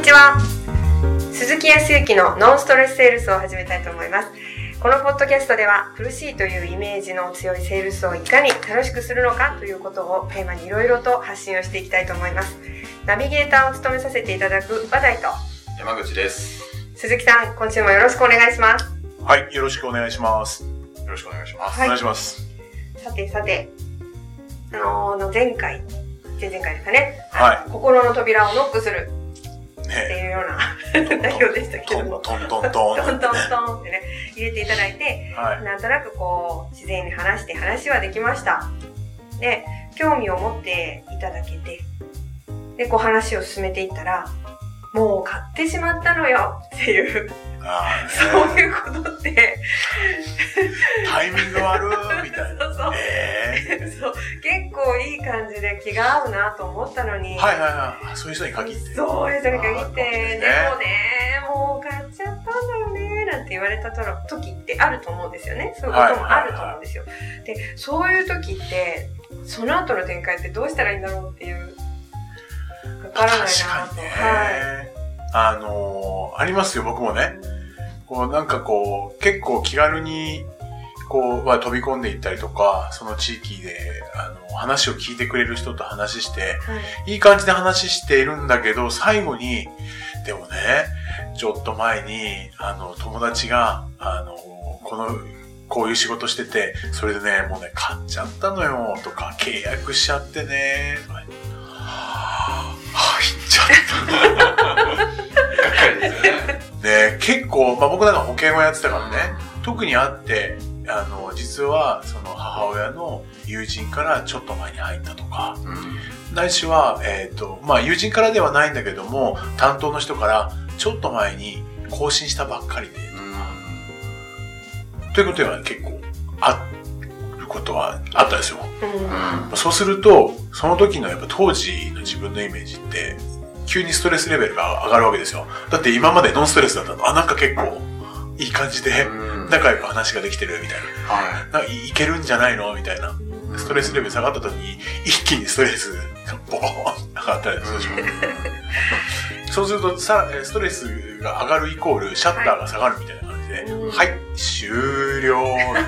にちは。鈴木康之のノンストレスセールスを始めたいと思います。このポッドキャストでは苦しいというイメージの強いセールスをいかに楽しくするのかということをテーマにいろいろと発信をしていきたいと思います。ナビゲーターを務めさせていただく話題と山口です。 鈴木さん、今週もよろしくお願いします。 はい、よろしくお願いします。 よろしくお願いします。 はい、お願いします。 さて、前回ですかね、 はい、 心の扉をノックするっていうような内容でしたけども、 トントンってね入れていただいて、 はい、 なんとなくこう自然に話はできました。で、興味を持っていただけて、でこう話を進めていったら、もう買ってしまったのよっていう、そういうことってタイミング悪みたいな。 そう、結構いい感じで気が合うなと思ったのに、 そういう人に限って、 そういう人に限って、でもね、もう買っちゃったんだよねなんて言われた時ってあると思うんですよね。そういうこともあると思うんですよ。で、そういう時ってその後の展開ってどうしたらいいんだろうっていう、わからないなと。 確かにね、ありますよ。僕もね、こうなんかこう結構気軽にこう飛び込んでいったりとか、その地域で話を聞いてくれる人と話して、いい感じで話しているんだけど、最後にでもね、ちょっと前に友達がこういう仕事してて、それでね、もうね買っちゃったのよとか、契約しちゃってねとか、入っちゃったがっかりですよね。結構、僕なんか保険をやってたからね、特にあって、実はその母親の友人からちょっと前に入ったとか、ないしは、友人からではないんだけども、担当の人からちょっと前に更新したばっかりで、ということは結構あることはあったんですよ。そうすると、その時のやっぱ当時の自分のイメージって、急にストレスレベルが上がるわけですよ。だって今までノンストレスだったの。なんか結構いい感じで仲良く話ができてるみたいな。いけるんじゃないのみたいな。ストレスレベル下がった時に一気にストレスがボーン上がったりするでしょ。そうするとストレスが上がるイコールシャッターが下がるみたいな感じで、はい、終了。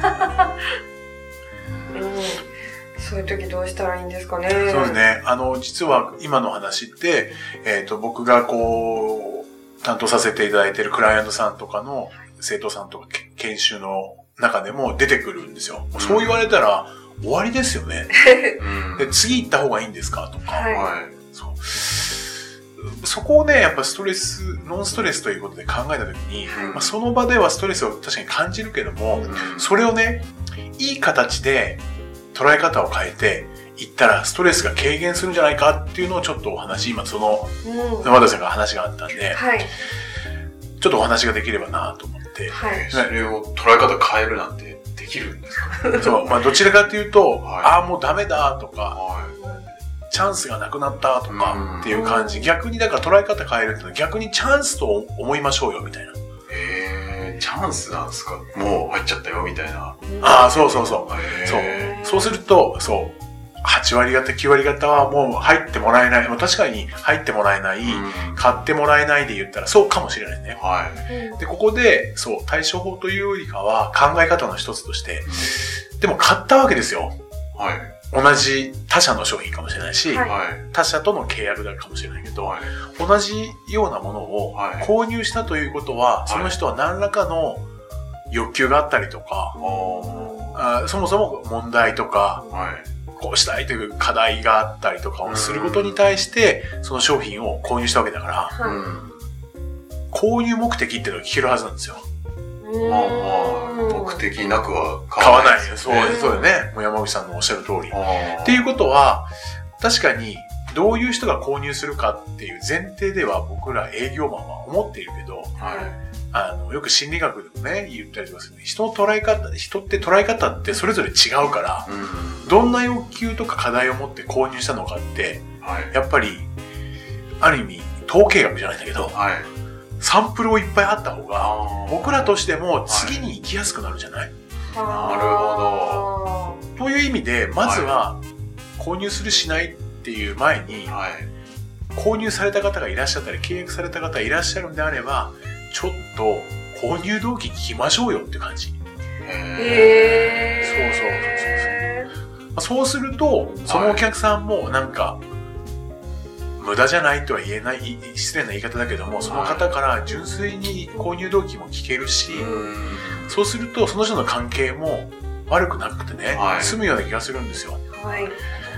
そういう時どうしたらいいんですかね。 そうですね。実は今の話って、僕がこう、担当させていただいているクライアントさんとかの生徒さんとか研修の中でも出てくるんですよ。そう言われたら終わりですよね。で、次行った方がいいんですかとか。そこをね、やっぱノンストレスということで考えたときに、その場ではストレスを確かに感じるけども、それをね、いい形で捉え方を変えていったらストレスが軽減するんじゃないかっていうのをちょっとお話、今山田さんが話があったんで、ちょっとお話ができればなと思って、 それを捉え方変えるなんてできるんですか？ そう、どちらかというと、もうダメだとか、チャンスがなくなったとかっていう感じ。逆にだから捉え方変えるっていうのは逆にチャンスと思いましょうよみたいな。 チャンスなんですか？もう入っちゃったよみたいな。 そう。そうすると、8割方、9割方はもう入ってもらえない。確かに入ってもらえない、買ってもらえないで言ったらそうかもしれないね。で、ここで、対処法というよりかは考え方の一つとして、でも買ったわけですよ。同じ他社の商品かもしれないし、他社との契約だかもしれないけど、同じようなものを購入したということは、その人は何らかの欲求があったりとか、そもそも問題とか、こうしたいという課題があったりとかをすることに対して、その商品を購入したわけだから、購入目的っていうのが聞けるはずなんですよ。 目的なくは買わない。そうだね。もう山口さんのおっしゃる通り。っていうことは、確かにどういう人が購入するかっていう前提では僕ら営業マンは思っているけど、よく心理学でもね、言ったりとかする、人って捉え方ってそれぞれ違うから、どんな欲求とか課題を持って購入したのかって、やっぱり、ある意味、統計学じゃないんだけど、サンプルをいっぱいあった方が、僕らとしても次に行きやすくなるじゃない？ なるほど。という意味で、まずは、購入するしないっていう前に、 購入された方がいらっしゃったり、契約された方がいらっしゃるんであれば、ちょっと購入動機聞きましょうよって感じ。そうすると、そのお客さんもなんか、無駄じゃないとは言えない、失礼な言い方だけども、その方から純粋に購入動機も聞けるし、そうするとその人の関係も悪くなくてね、済むような気がするんですよ。 はい。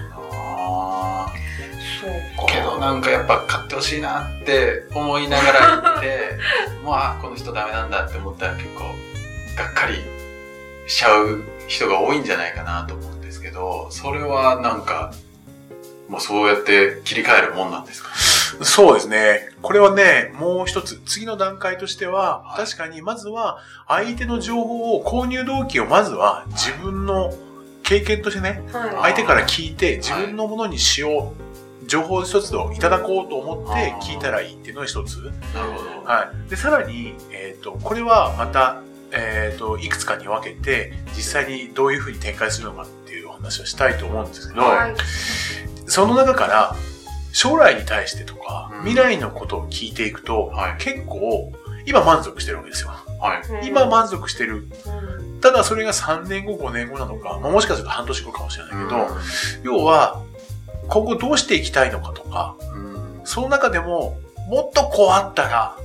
そうか。けどなんかやっぱ買ってほしいなって思いながら行って、まあこの人ダメなんだって思ったら結構がっかりしちゃう人が多いんじゃないかなと思うんですけど、それはなんかもうそうやって切り替えるもんなんですか？ そうですね。これはね、もう一つ、次の段階としては、確かにまずは相手の情報を、購入動機をまずは自分の経験としてね、相手から聞いて自分のものにしよう、情報一つをいただこうと思って聞いたらいいっていうのが一つ。 なるほど。 はい。で、さらに、これはまた、いくつかに分けて、実際にどういうふうに展開するのかっていうお話をしたいと思うんですけど、その中から将来に対してとか、未来のことを聞いていくと、結構今満足してるわけですよ。今満足してる。ただそれが3年後、5年後なのか、もしかすると半年後かもしれないけど、要は今後どうしていきたいのかとか、その中でももっとこうあったら、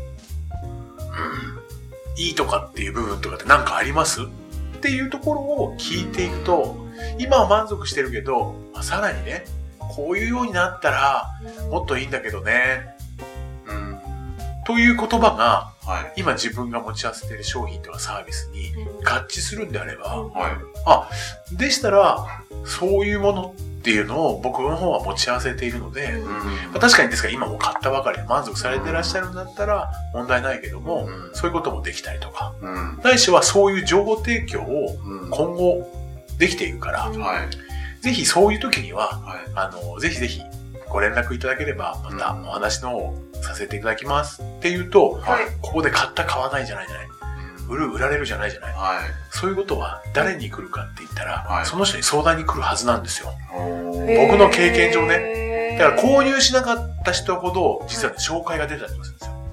いいとかっていう部分とかって何かありますっていうところを聞いていくと、今は満足してるけど、さらにね、こういうようになったらもっといいんだけどね、という言葉が、今自分が持ち合わせている商品とかサービスに合致するんであれば、でしたらそういうものっていうのを僕の方は持ち合わせているので、確かにですから今も買ったばかりで満足されてらっしゃるんだったら問題ないけども、そういうこともできたりとか、ないしはそういう情報提供を今後できていくから、ぜひそういう時には、ぜひぜひご連絡いただければまたお話の方をさせていただきますっていうと、ここで買った買わないじゃないじゃない、売られるじゃないじゃない、そういうことは誰に来るかって言ったら、その人に相談に来るはずなんですよ。僕の経験上ね。だから購入しなかった人ほど実はね、紹介が出たりとかするんですよ。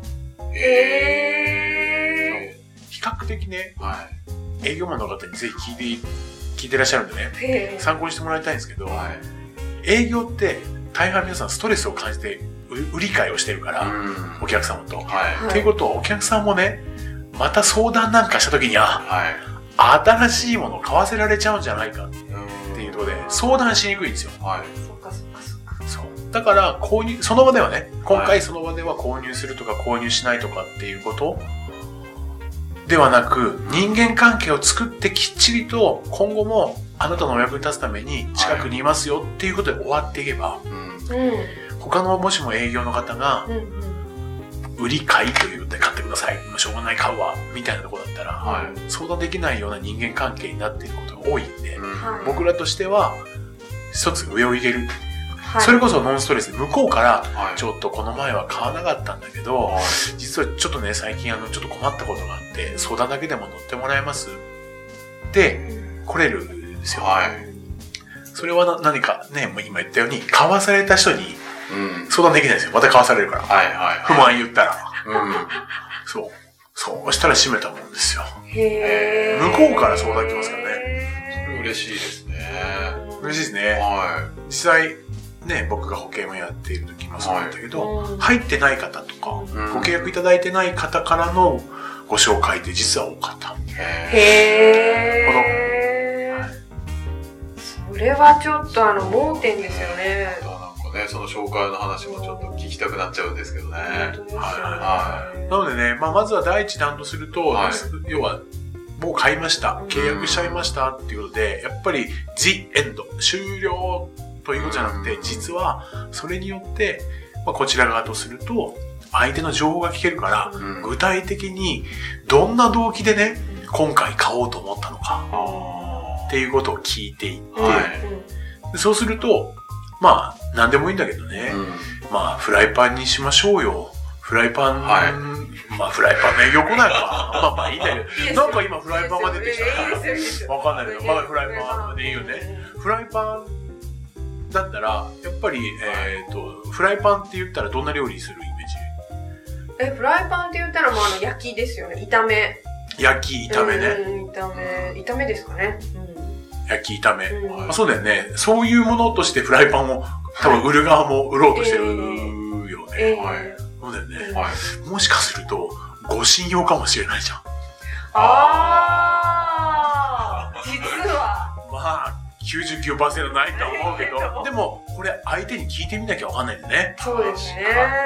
比較的ね、営業マンの方にぜひ聞いてらっしゃるんでね、参考にしてもらいたいんですけど、営業って大半皆さんストレスを感じて売り買いをしてるから、お客様と。っていうことはお客さんもね、また相談なんかした時には、新しいものを買わせられちゃうんじゃないかっていうところで相談しにくいんですよ。そうだからその場ではね、今回その場では購入するとか購入しないとかっていうことではなく、人間関係を作ってきっちりと今後もあなたのお役に立つために近くにいますよっていうことで終わっていけば、他のもしも営業の方が売り買いというので買ってください、しょうがない買うわみたいなところだったら、相談できないような人間関係になっていることが多いんで、僕らとしては一つ上を行ける、それこそノンストレスで向こうからちょっとこの前は買わなかったんだけど、実はちょっとね最近ちょっと困ったことがあって相談だけでも乗ってもらえますって来れるんですよ。それは何かね、今言ったように買わされた人に相談できないですよ。また買わされるから。不満言ったら。そうしたら閉めたもんですよ。向こうから相談来ますからね。 それ嬉しいですね。 嬉しいですね。実際ね、僕が保険をやっている時もそうなんだけど、入ってない方とか、ご契約いただいてない方からのご紹介って実は多かった。 それはちょっと盲点ですよね。 その紹介の話もちょっと聞きたくなっちゃうんですけどね。 なのでね、まずは第一弾とすると、要はもう買いました、契約しちゃいましたっていうことで、やっぱり The End 終了ということじゃなくて、実はそれによって、こちら側とすると相手の情報が聞けるから、具体的にどんな動機でね今回買おうと思ったのかっていうことを聞いていって、そうすると何でもいいんだけどね、フライパンにしましょうよ。フライパン、フライパンの営業来ないか。いいんだけど、なんか今フライパンが出てきたから、わかんないけど、まだフライパンでいいよね。フライパンだったら、やっぱり、フライパンって言ったらどんな料理するイメージ？ フライパンって言ったらもう焼きですよね。炒め。 炒めね。 炒めですかね。 焼き炒め。そうだよね。そういうものとしてフライパンを多分売る側も売ろうとしてるよね。そうだよね。もしかすると、護身用かもしれないじゃん。 実は。 まあ、99% ないと思うけど、でも、これ相手に聞いてみなきゃわかんないんだね。 そうですね。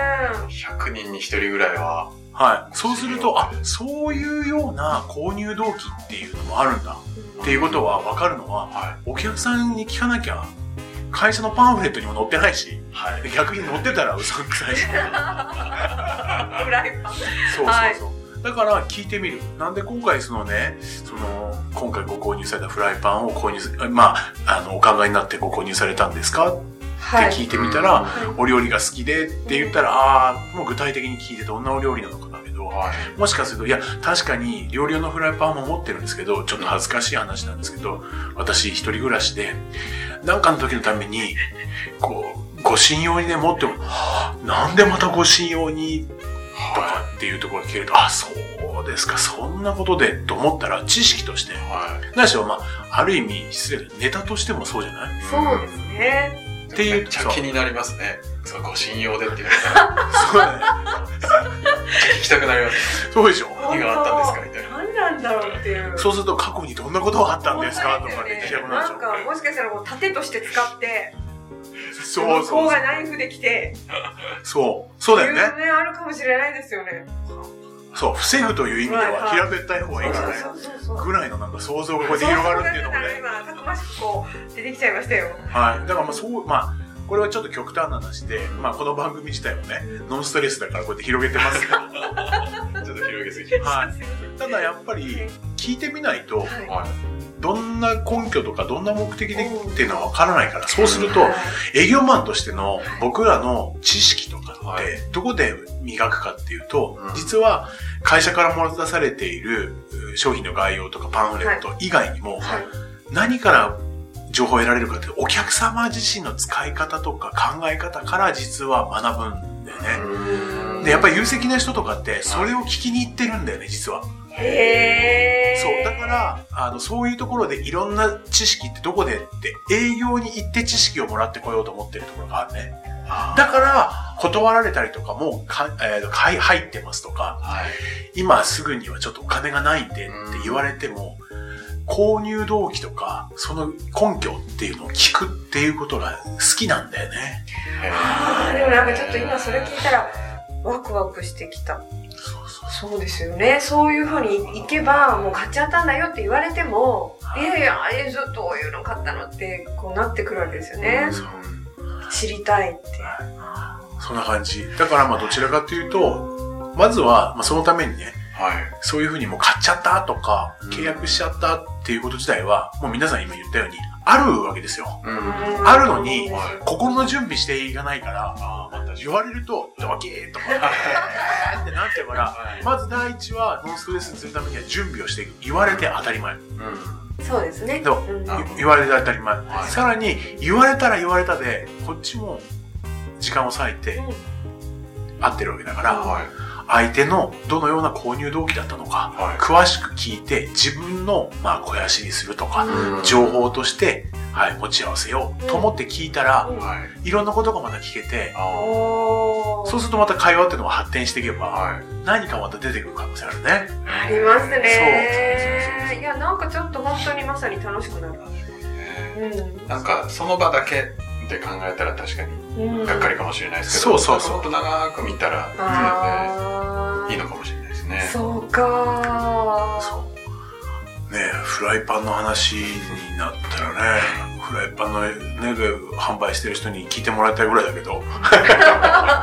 100人に1人ぐらいは。 はい。そうすると、そういうような購入動機っていうのもあるんだ。っていうことは分かるのは、お客さんに聞かなきゃ、会社のパンフレットにも載ってないし、逆に載ってたらうさんくさいし。 フライパン。 そう。だから聞いてみる。なんで今回今回ご購入されたフライパンをお考えになってご購入されたんですかって聞いてみたら、お料理が好きでって言ったら、もう具体的に聞いてどんなお料理なのかだけど、もしかすると、いや、確かに料理用のフライパンも持ってるんですけど、ちょっと恥ずかしい話なんですけど、私一人暮らしで、なんかの時のために、護身用にね、持っても、なんでまた護身用に、とかっていうところが聞けると、そうですか、そんなことでと思ったら、知識として、何しろ、ある意味、失礼だ、ネタとしてもそうじゃない？ そうですね。 っていう、めっちゃ気になりますね。護身用でっていうのが。そうだね。聞きたくなります。 そうでしょ？ 何があったんですかみたいな。 何なんだろうっていう。 そうすると、過去にどんなことがあったんですかとかって聞きたくなるでしょ。 なんか、もしかしたら盾として使って、 向こうがナイフで来て、 そうだよね。 有名あるかもしれないですよね。 そう、防ぐという意味では平べったい方がいいからね。ぐらいのなんか想像がこうやって広がるっていうのもね。 今、たくましく出てきちゃいましたよ。 はい。だからこれはちょっと極端な話で、この番組自体もね、ノンストレスだからこうやって広げてますけど。 ちょっと広げすぎて。 ただやっぱり、聞いてみないと、どんな根拠とかどんな目的でっていうのは分からないから、そうすると、営業マンとしての僕らの知識とかってどこで磨くかっていうと、実は会社から漏れ出されている商品の概要とかパンフレット以外にも、何から情報を得られるかってお客様自身の使い方とか考え方から実は学ぶんだよね。で、やっぱり有責な人とかってそれを聞きに行ってるんだよね、実は。そうだからそういうところでいろんな知識ってどこでって営業に行って知識をもらってこようと思ってるところがあるね。だから断られたりとかも入ってますとか、今すぐにはちょっとお金がないんでって言われても購入動機とかその根拠っていうのを聞くっていうことが好きなんだよね。 でもなんかちょっと今それ聞いたらワクワクしてきた。そうですよね。そういう風に行けばもう買っちゃったんだよって言われても、どういうの買ったのってこうなってくるわけですよね。知りたいって。 そんな感じ。だからどちらかというと、まずはそのためにね、そういう風にもう買っちゃったとか、契約しちゃったっていうこと自体は、もう皆さん今言ったようにあるわけですよ。あるのに、心の準備していかないから、言われると、ドキーッとか、ってなってから、まず第一はノンストレスにするためには準備をしていく。言われて当たり前。 そうですね。 言われて当たり前。さらに、言われたら言われたで、こっちも時間を割いて、合ってるわけだから、相手のどのような購入動機だったのか、詳しく聞いて自分の肥やしにするとか、情報として持ち合わせようと思って聞いたら、いろんなことがまた聞けて、そうするとまた会話っていうのが発展していけば、何かまた出てくる可能性あるね。 ありますね。いや、なんかちょっと本当にまさに楽しくなる。 なんかその場だけで考えたら確かにがっかりかもしれないですけど、もっと長く見たらいいのかもしれないですね。 そうか。 ねえ、フライパンの話になったらね、フライパンのね、販売してる人に聞いてもらいたいぐらいだけど。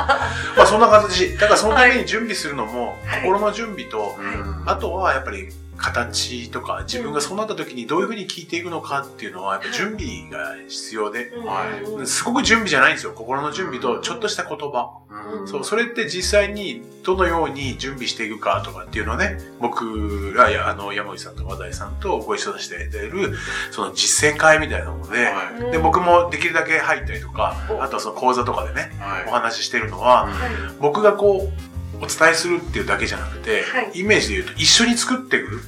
そんな形。だからそのために準備するのも、心の準備と、あとはやっぱり形とか、自分がそうなった時にどういうふうに聞いていくのかっていうのは、やっぱ準備が必要で、すごく準備じゃないんですよ。心の準備と、ちょっとした言葉。そう、それって実際にどのように準備していくかとかっていうのをね、僕ら、山口さんと和田井さんとご一緒させていただいている、その実践会みたいなもので、で、僕もできるだけ入ったりとか、あとはその講座とかでね、お話ししてるのは、僕がこう、お伝えするっていうだけじゃなくて、イメージで言うと一緒に作っていく。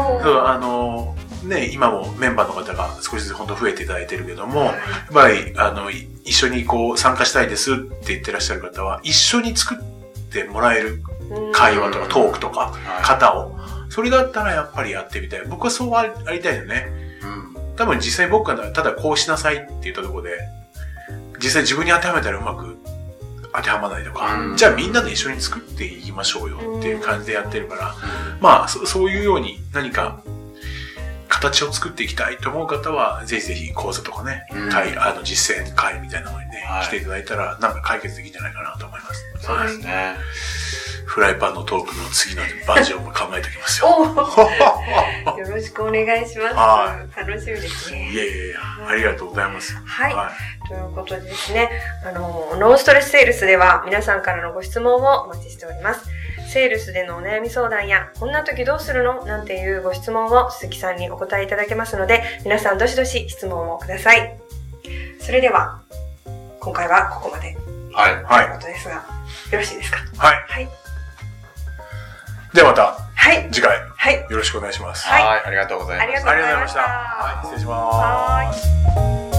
ね、今もメンバーの方が少しずつ本当増えていただいてるけども、やっぱり、一緒にこう参加したいですって言ってらっしゃる方は、一緒に作ってもらえる会話とかトークとか、型を。それだったらやっぱりやってみたい。僕はそうありたいよね。多分実際僕がただこうしなさいって言ったところで、実際自分に当てはめたらうまく当てはまらないとか、じゃあみんなで一緒に作っていきましょうよっていう感じでやってるから、まあそういうように何か形を作っていきたいと思う方は、ぜひぜひ講座とかね、実践会みたいなのにね、来ていただいたらなんか解決できるんじゃないかなと思います。 そうですね。 フライパンのトークの次のバージョンも考えておきますよ。 よろしくお願いします。楽しみですね。 いえいえ、ありがとうございます。 はい。ということでですね、ノンストレスセールスでは皆さんからのご質問をお待ちしております。セールスでのお悩み相談や、こんな時どうするのなんていうご質問を鈴木さんにお答えいただけますので、皆さんどしどし質問をください。それでは、今回はここまで。 はい。 ということですが、よろしいですか？ はい。 はい。 ではまた、次回、よろしくお願いします。 はい。ありがとうございました。 ありがとうございました。 はい、失礼します。